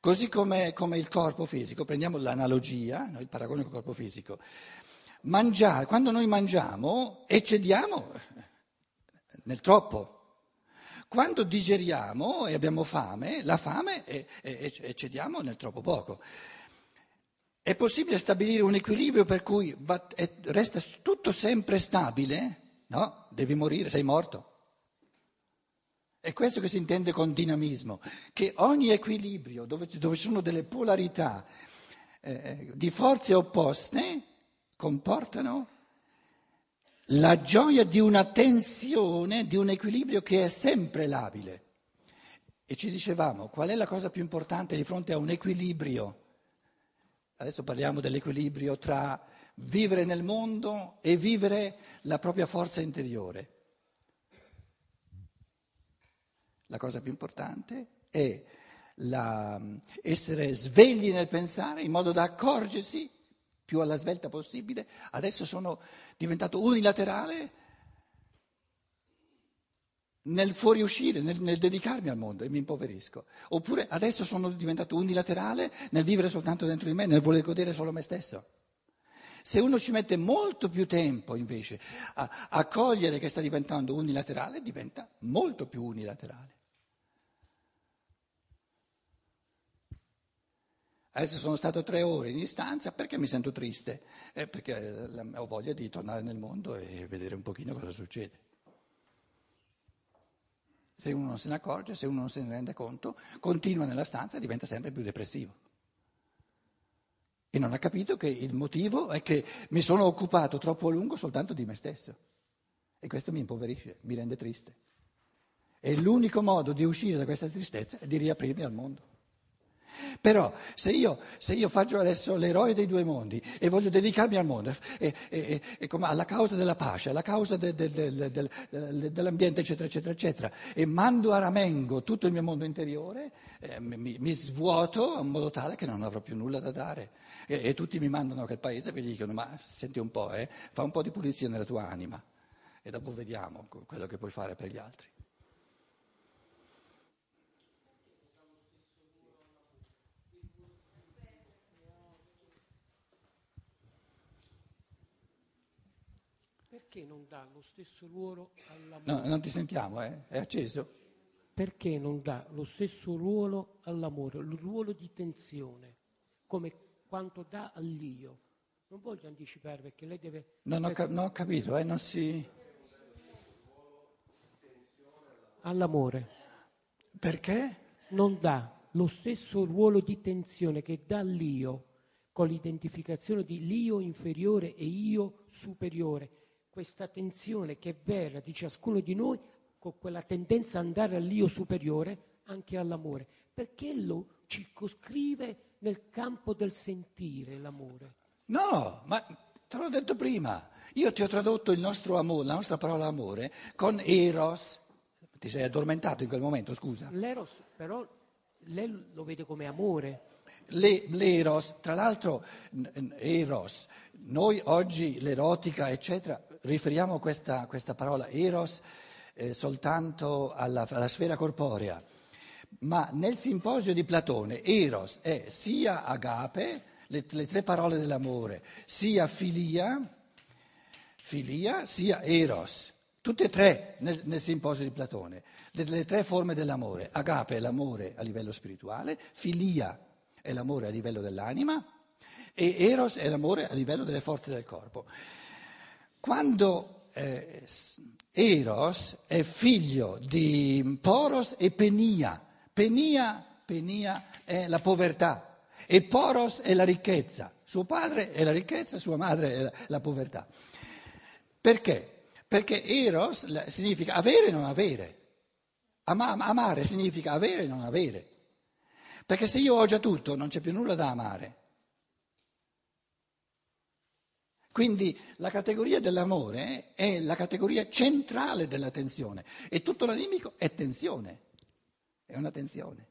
Così come il corpo fisico, prendiamo l'analogia, no, il paragone col corpo fisico. Mangiare, quando noi mangiamo eccediamo nel troppo. Quando digeriamo e abbiamo fame, la fame eccediamo nel troppo poco. È possibile stabilire un equilibrio per cui resta tutto sempre stabile? No, devi morire, sei morto. È questo che si intende con dinamismo, che ogni equilibrio dove ci sono delle polarità di forze opposte comportano la gioia di una tensione, di un equilibrio che è sempre labile. E ci dicevamo, qual è la cosa più importante di fronte a un equilibrio? Adesso parliamo dell'equilibrio tra vivere nel mondo e vivere la propria forza interiore. La cosa più importante è essere svegli nel pensare in modo da accorgersi più alla svelta possibile. Adesso sono diventato unilaterale nel fuoriuscire, nel dedicarmi al mondo e mi impoverisco. Oppure adesso sono diventato unilaterale nel vivere soltanto dentro di me, nel voler godere solo me stesso. Se uno ci mette molto più tempo invece a cogliere che sta diventando unilaterale, diventa molto più unilaterale. Adesso sono stato 3 ore in stanza perché mi sento triste, perché ho voglia di tornare nel mondo e vedere un pochino cosa succede. Se uno non se ne accorge, se uno non se ne rende conto, continua nella stanza e diventa sempre più depressivo. E non ha capito che il motivo è che mi sono occupato troppo a lungo soltanto di me stesso. E questo mi impoverisce, mi rende triste. E l'unico modo di uscire da questa tristezza è di riaprirmi al mondo. Però se io faccio adesso l'eroe dei 2 mondi e voglio dedicarmi al mondo e come alla causa della pace, alla causa dell'ambiente, eccetera, eccetera, eccetera, e mando a ramengo tutto il mio mondo interiore, mi svuoto in modo tale che non avrò più nulla da dare. E tutti mi mandano a quel paese e mi dicono: ma senti un po', fa un po' di pulizia nella tua anima e dopo vediamo quello che puoi fare per gli altri. Perché non dà lo stesso ruolo all'amore? No, non ti sentiamo, è acceso? Perché non dà lo stesso ruolo all'amore, il ruolo di tensione, come quanto dà all'io? Non voglio anticipare perché lei deve... Non ho capito, non si... All'amore Perché? non dà lo stesso ruolo di tensione che dà all'io, con l'identificazione di l'io inferiore e io superiore. Questa tensione che è vera di ciascuno di noi, con quella tendenza ad andare all'io superiore, anche all'amore. Perché lo circoscrive nel campo del sentire l'amore? No, ma te l'ho detto prima. Io ti ho tradotto il nostro amore, la nostra parola amore, con eros. Ti sei addormentato in quel momento, scusa. L'eros, però, lei lo vede come amore. L'eros, tra l'altro, eros, noi oggi l'erotica, eccetera, riferiamo questa parola eros soltanto alla sfera corporea. Ma nel simposio di Platone, eros è sia agape, le 3 parole dell'amore, sia filia, sia eros. Tutte e 3 nel simposio di Platone, le 3 forme dell'amore. Agape è l'amore a livello spirituale, filia è l'amore a livello dell'anima e eros è l'amore a livello delle forze del corpo. Quando eros è figlio di poros e penia, penia è la povertà e poros è la ricchezza. Suo padre è la ricchezza, sua madre è la povertà. Perché? Perché eros significa avere e non avere. Amare significa avere e non avere. Perché se io ho già tutto non c'è più nulla da amare. Quindi la categoria dell'amore è la categoria centrale della tensione e tutto l'animico è tensione, è una tensione.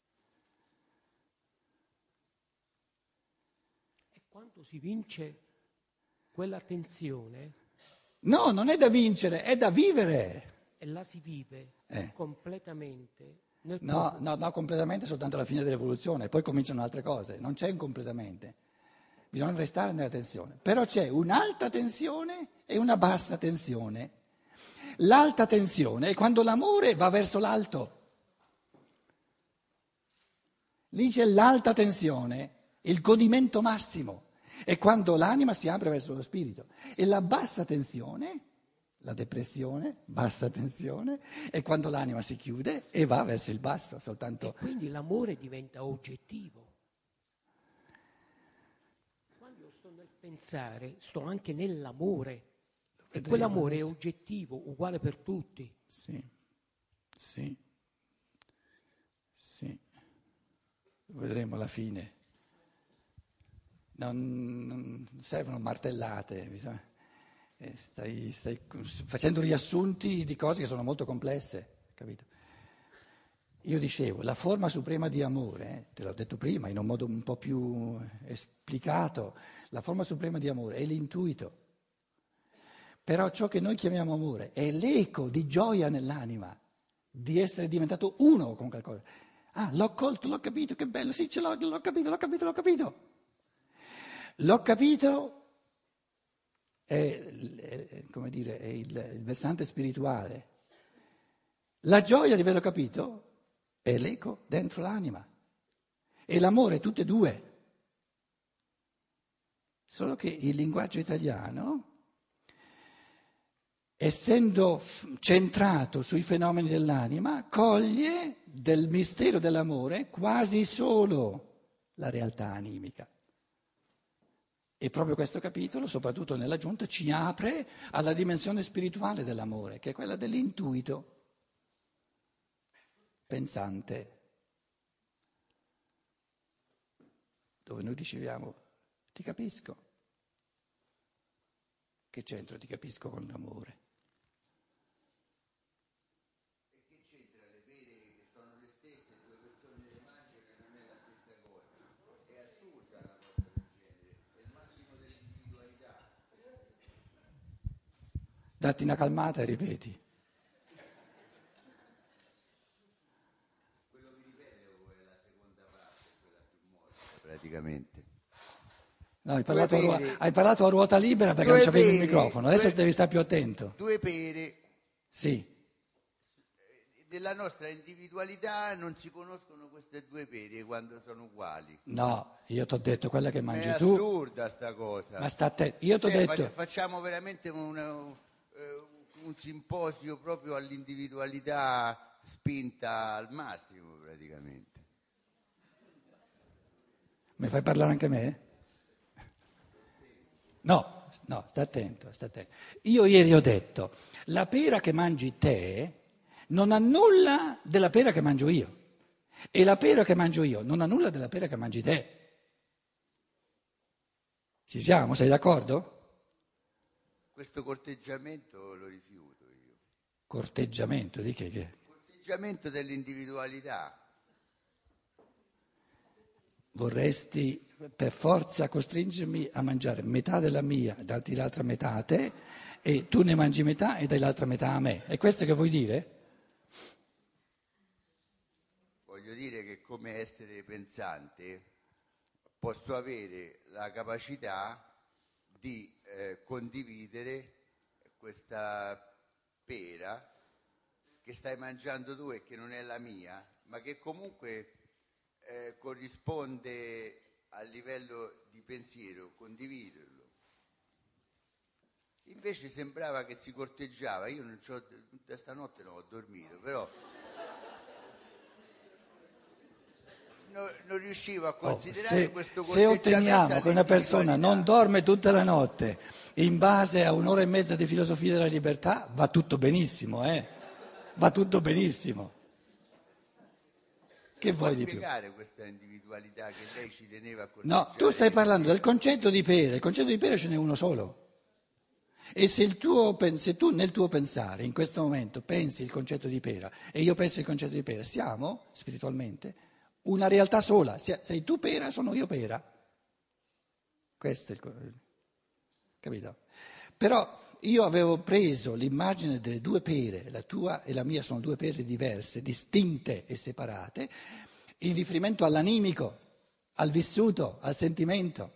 E quando si vince quella tensione... No, non è da vincere, è da vivere. E la si vive completamente, No, completamente soltanto alla fine dell'evoluzione, poi cominciano altre cose, non c'è un completamente, bisogna restare nella tensione, però c'è un'alta tensione e una bassa tensione. L'alta tensione è quando l'amore va verso l'alto, lì c'è l'alta tensione, il godimento massimo, è quando l'anima si apre verso lo spirito, e la bassa tensione, la depressione, bassa tensione, è quando l'anima si chiude e va verso il basso, E soltanto. quindi l'amore diventa oggettivo. Quando io sto nel pensare, sto anche nell'amore. E Vedremo quell'amore è adesso. oggettivo, uguale per tutti. Sì, sì, sì, lo vedremo alla fine. Non servono martellate, stai facendo riassunti di cose che sono molto complesse, capito? Io dicevo, la forma suprema di amore, te l'ho detto prima in un modo un po' più esplicato, la forma suprema di amore è l'intuito. Però ciò che noi chiamiamo amore è l'eco di gioia nell'anima, di essere diventato uno con qualcosa. Ah, l'ho colto, l'ho capito, che bello, sì, ce l'ho capito, l'ho capito, l'ho capito. L'ho capito come dire, è il versante spirituale. La gioia di averlo capito è l'eco dentro l'anima. E l'amore tutte e due. Solo che il linguaggio italiano, essendo centrato sui fenomeni dell'anima, coglie del mistero dell'amore quasi solo la realtà animica. E proprio questo capitolo, soprattutto nella Giunta, ci apre alla dimensione spirituale dell'amore, che è quella dell'intuito pensante, dove noi dicevamo ti capisco. Che c'entra ti capisco con l'amore? E che c'entra le pere che sono le stesse, due persone le mangiano e non è la stessa cosa? È assurda una cosa del genere, è il massimo dell'individualità. Datti una calmata e ripeti. Quello che ripeto è la seconda parte, quella più morbida praticamente. No, Pere, hai parlato a ruota libera perché non c'avevi il microfono, adesso devi stare più attento. Due pere Sì, della nostra individualità non si conoscono queste due pere quando sono uguali. no, io ti ho detto quella che Ma è mangi tu, assurda sta cosa. ma sta attento. Io ti ho detto, Facciamo veramente un simposio proprio all'individualità spinta al massimo praticamente. mi fai parlare anche a me? No, sta attento, sta attento. Io ieri ho detto, la pera che mangi te non ha nulla della pera che mangio io. E la pera che mangio io non ha nulla della pera che mangi te. Ci siamo? Sei d'accordo? Questo corteggiamento lo rifiuto io. Corteggiamento, di che? Corteggiamento dell'individualità. Vorresti per forza costringermi a mangiare metà della mia, darti l'altra metà a te, e tu ne mangi metà e dai l'altra metà a me. È questo che vuoi dire? Voglio dire che come essere pensante posso avere la capacità di condividere questa pera che stai mangiando tu e che non è la mia, ma che comunque corrisponde a livello di pensiero, condividerlo. Invece sembrava che si corteggiava, io non c'ho, tutta stanotte non ho dormito, però non riuscivo a considerare questo se corteggiamento otteniamo che una persona non all'individualità. dorme tutta la notte in base a un'ora e mezza di filosofia della libertà, va tutto benissimo, va tutto benissimo. Che Può vuoi di più? spiegare questa individualità che lei ci teneva a No, corteggiare? tu stai parlando del concetto di pera, il concetto di pera ce n'è uno solo. E se tu nel tuo pensare in questo momento pensi il concetto di pera e io penso il concetto di pera, siamo spiritualmente una realtà sola. Sei tu pera, sono io pera. Questo è capito? Però io avevo preso l'immagine delle due pere, la tua e la mia sono due pere diverse, distinte e separate, in riferimento all'animico, al vissuto, al sentimento.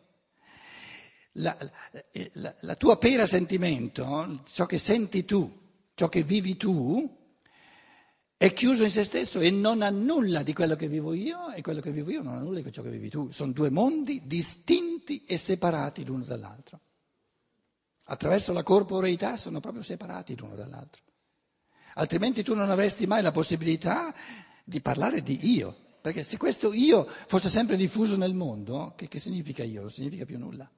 La tua pera sentimento, ciò che senti tu, ciò che vivi tu, è chiuso in se stesso e non ha nulla di quello che vivo io e quello che vivo io non ha nulla di ciò che vivi tu. Sono due mondi distinti e separati l'uno dall'altro. Attraverso la corporeità sono proprio separati l'uno dall'altro. Altrimenti tu non avresti mai la possibilità di parlare di io. Perché se questo io fosse sempre diffuso nel mondo, che significa io? Non significa più nulla.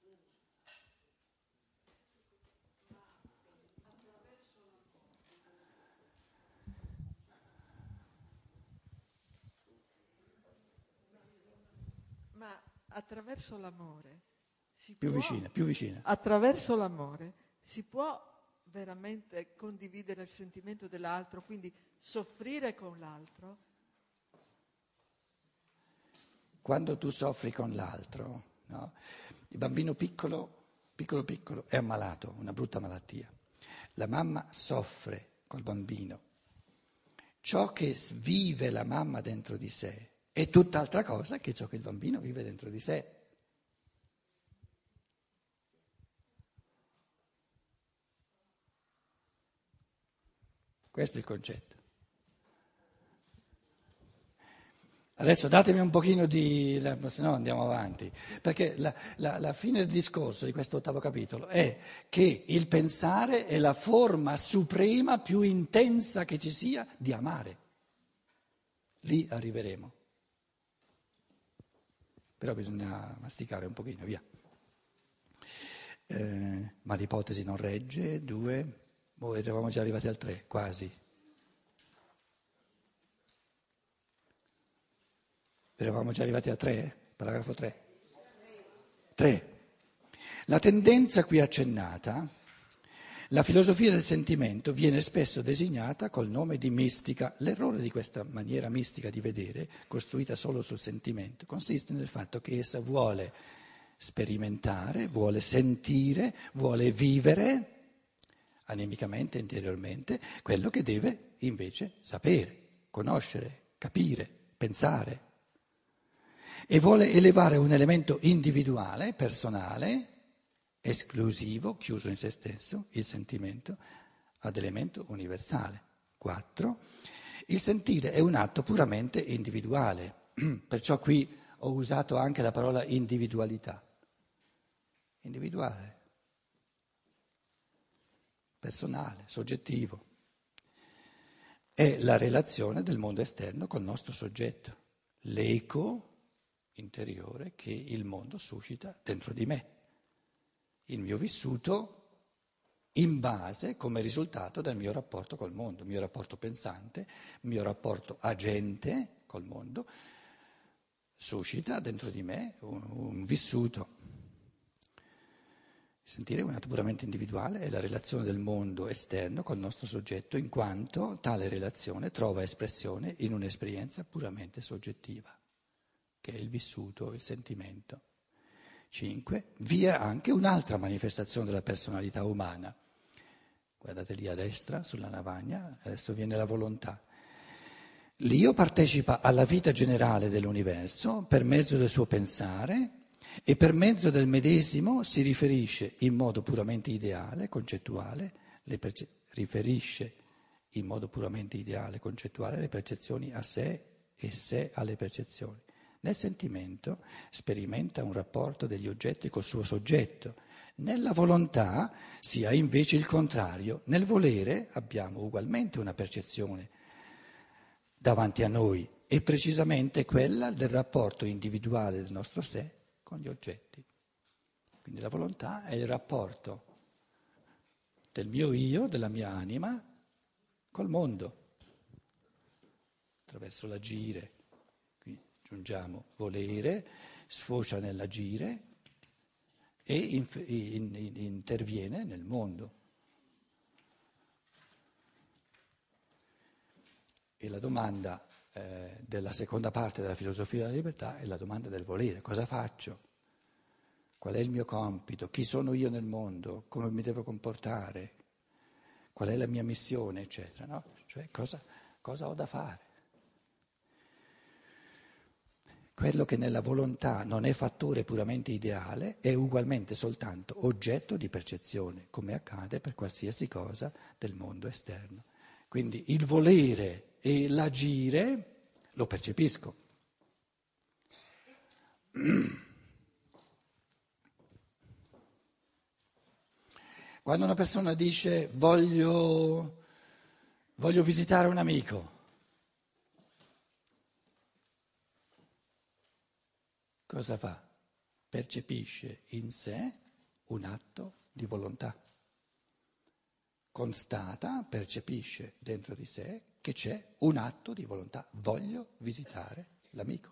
Ma attraverso l'amore Più vicina, più vicina. attraverso l'amore si può veramente condividere il sentimento dell'altro, quindi soffrire con l'altro? Quando tu soffri con l'altro, no? Il bambino piccolo, piccolo, è ammalato, una brutta malattia. La mamma soffre col bambino. Ciò che vive la mamma dentro di sé è tutt'altra cosa che ciò che il bambino vive dentro di sé. Questo è il concetto. Adesso datemi un pochino se no andiamo avanti, perché la fine del discorso di questo 8° capitolo è che il pensare è la forma suprema più intensa che ci sia di amare. Lì arriveremo. Però bisogna masticare un pochino, via. Ma l'ipotesi non regge, 2, eravamo già arrivati al 3, quasi. Eravamo già arrivati a 3, paragrafo 3. 3. La tendenza qui accennata, la filosofia del sentimento, viene spesso designata col nome di mistica. L'errore di questa maniera mistica di vedere, costruita solo sul sentimento, consiste nel fatto che essa vuole sperimentare, vuole sentire, vuole vivere animicamente, interiormente, quello che deve invece sapere, conoscere, capire, pensare. E vuole elevare un elemento individuale, personale, esclusivo, chiuso in se stesso, il sentimento, ad elemento universale. 4. Il sentire è un atto puramente individuale, perciò qui ho usato anche la parola individualità. Individuale, personale, soggettivo. È la relazione del mondo esterno col nostro soggetto, l'eco interiore che il mondo suscita dentro di me, il mio vissuto in base come risultato del mio rapporto col mondo, il mio rapporto pensante, il mio rapporto agente col mondo, suscita dentro di me un vissuto. Sentire è un atto puramente individuale, è la relazione del mondo esterno col nostro soggetto, in quanto tale relazione trova espressione in un'esperienza puramente soggettiva, che è il vissuto, il sentimento. 5. Vi è anche un'altra manifestazione della personalità umana. Guardate lì a destra, sulla lavagna, adesso viene la volontà. L'io partecipa alla vita generale dell'universo per mezzo del suo pensare e per mezzo del medesimo si riferisce in modo puramente ideale, concettuale, riferisce in modo puramente ideale, concettuale, le percezioni a sé e sé alle percezioni. Nel sentimento sperimenta un rapporto degli oggetti col suo soggetto. Nella volontà si ha invece il contrario. Nel volere abbiamo ugualmente una percezione davanti a noi e precisamente quella del rapporto individuale del nostro sé con gli oggetti. Quindi la volontà è il rapporto del mio io, della mia anima, col mondo, attraverso l'agire. Aggiungiamo volere, sfocia nell'agire e interviene nel mondo. E la domanda della seconda parte della filosofia della libertà è la domanda del volere. Cosa faccio qual è il mio compito, chi sono io nel mondo, come mi devo comportare, qual è la mia missione, eccetera, no? Cioè cosa ho da fare. Quello che nella volontà non è fattore puramente ideale è ugualmente soltanto oggetto di percezione, come accade per qualsiasi cosa del mondo esterno. Quindi il volere e l'agire lo percepisco. Quando una persona dice voglio visitare un amico, cosa fa? Percepisce in sé un atto di volontà. Constata, percepisce dentro di sé che c'è un atto di volontà. Voglio visitare l'amico.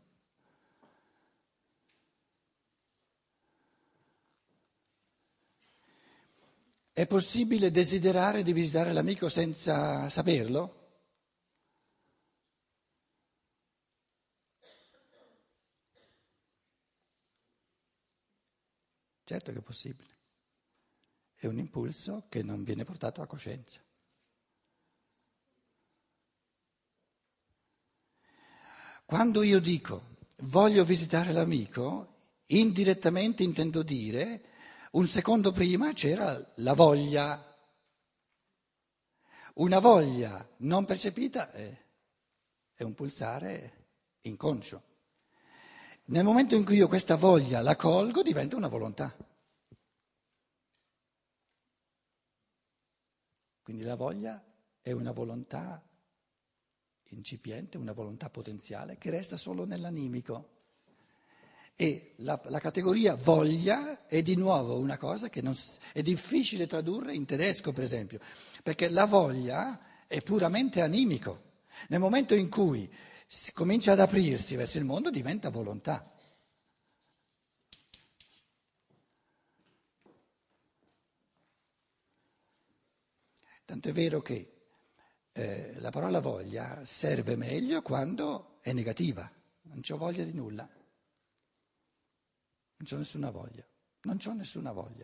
È possibile desiderare di visitare l'amico senza saperlo? Certo che è possibile. È un impulso che non viene portato a coscienza. Quando io dico voglio visitare l'amico, indirettamente intendo dire un secondo prima c'era la voglia. Una voglia non percepita è un pulsare inconscio. Nel momento in cui io questa voglia la colgo, diventa una volontà. Quindi la voglia è una volontà incipiente, una volontà potenziale che resta solo nell'animico. E la categoria voglia è di nuovo una cosa che è difficile tradurre in tedesco, per esempio, perché la voglia è puramente animico. Nel momento in cui si comincia ad aprirsi verso il mondo diventa volontà. Tanto è vero che la parola voglia serve meglio quando è negativa, non c'ho voglia di nulla, non c'ho nessuna voglia, non c'ho nessuna voglia.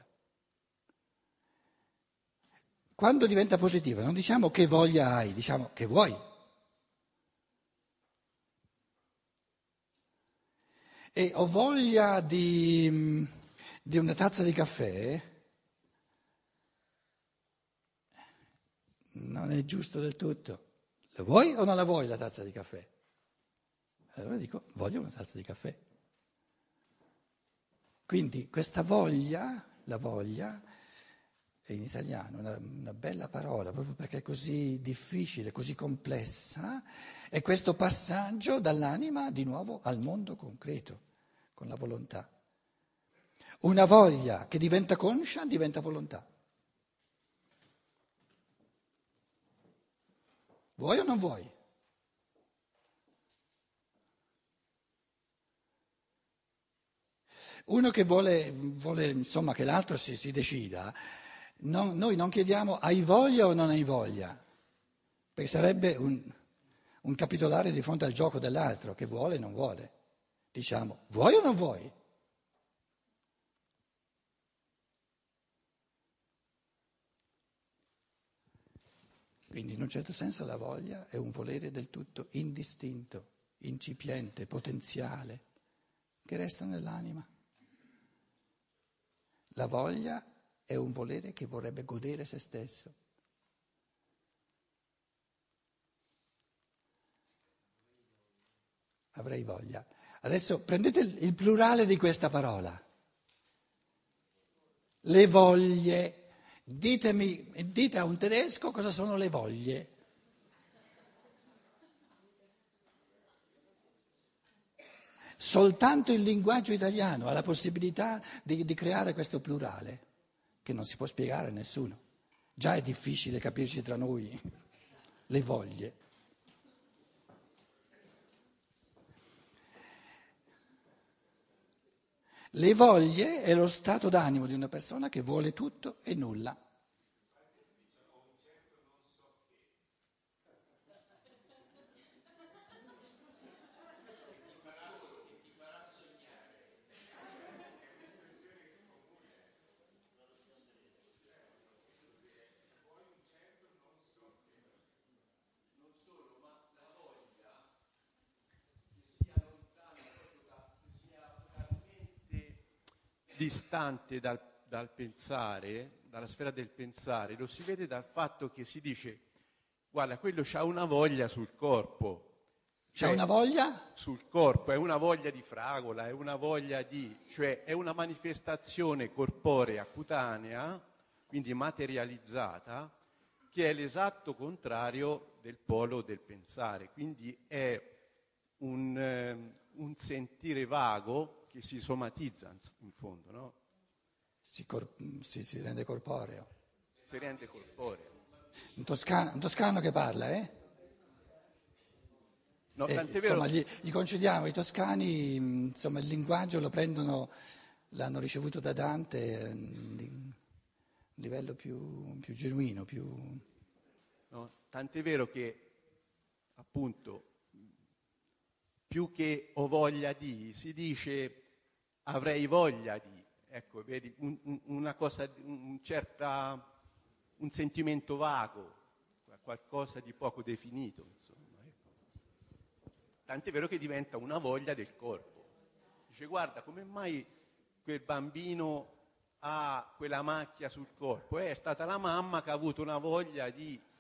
Quando diventa positiva non diciamo che voglia hai, diciamo che vuoi. E ho voglia di una tazza di caffè, non è giusto del tutto. La vuoi o non la vuoi la tazza di caffè? Allora dico, voglio una tazza di caffè. Quindi questa voglia, la voglia, è in italiano una bella parola, proprio perché è così difficile, così complessa, è questo passaggio dall'anima di nuovo al mondo concreto, con la volontà. Una voglia che diventa conscia diventa volontà. Vuoi o non vuoi? Uno che vuole insomma, che l'altro si decida, noi non chiediamo hai voglia o non hai voglia, perché sarebbe un capitolare di fronte al gioco dell'altro che vuole o non vuole. Diciamo vuoi o non vuoi? Quindi in un certo senso la voglia è un volere del tutto indistinto, incipiente, potenziale, che resta nell'anima. La voglia è un volere che vorrebbe godere se stesso. Avrei voglia. Adesso prendete il plurale di questa parola. Le voglie. Dite a un tedesco cosa sono le voglie. Soltanto il linguaggio italiano ha la possibilità di creare questo plurale, che non si può spiegare a nessuno. Già è difficile capirci tra noi, le voglie. Le voglie è lo stato d'animo di una persona che vuole tutto e nulla. distante dal pensare, dalla sfera del pensare, lo si vede dal fatto che si dice, guarda, quello c'ha una voglia sul corpo. C'è una voglia? Sul corpo, è una voglia di fragola, è una voglia cioè è una manifestazione corporea, cutanea, quindi materializzata, che è l'esatto contrario del polo del pensare. Quindi è un sentire vago che si somatizza, in fondo, no? Si rende corporeo. Si rende corporeo. Un toscano che parla, eh? No, tant'è vero. Insomma, gli concediamo, i toscani, insomma, il linguaggio l'hanno ricevuto da Dante a un livello più genuino, più... No, tant'è vero che, appunto, più che ho voglia di, si dice avrei voglia di. Ecco, vedi, una cosa, un sentimento vago, qualcosa di poco definito, insomma. Ecco. Tant'è vero che diventa una voglia del corpo. Dice, guarda, come mai quel bambino ha quella macchia sul corpo? È stata la mamma che ha avuto una voglia di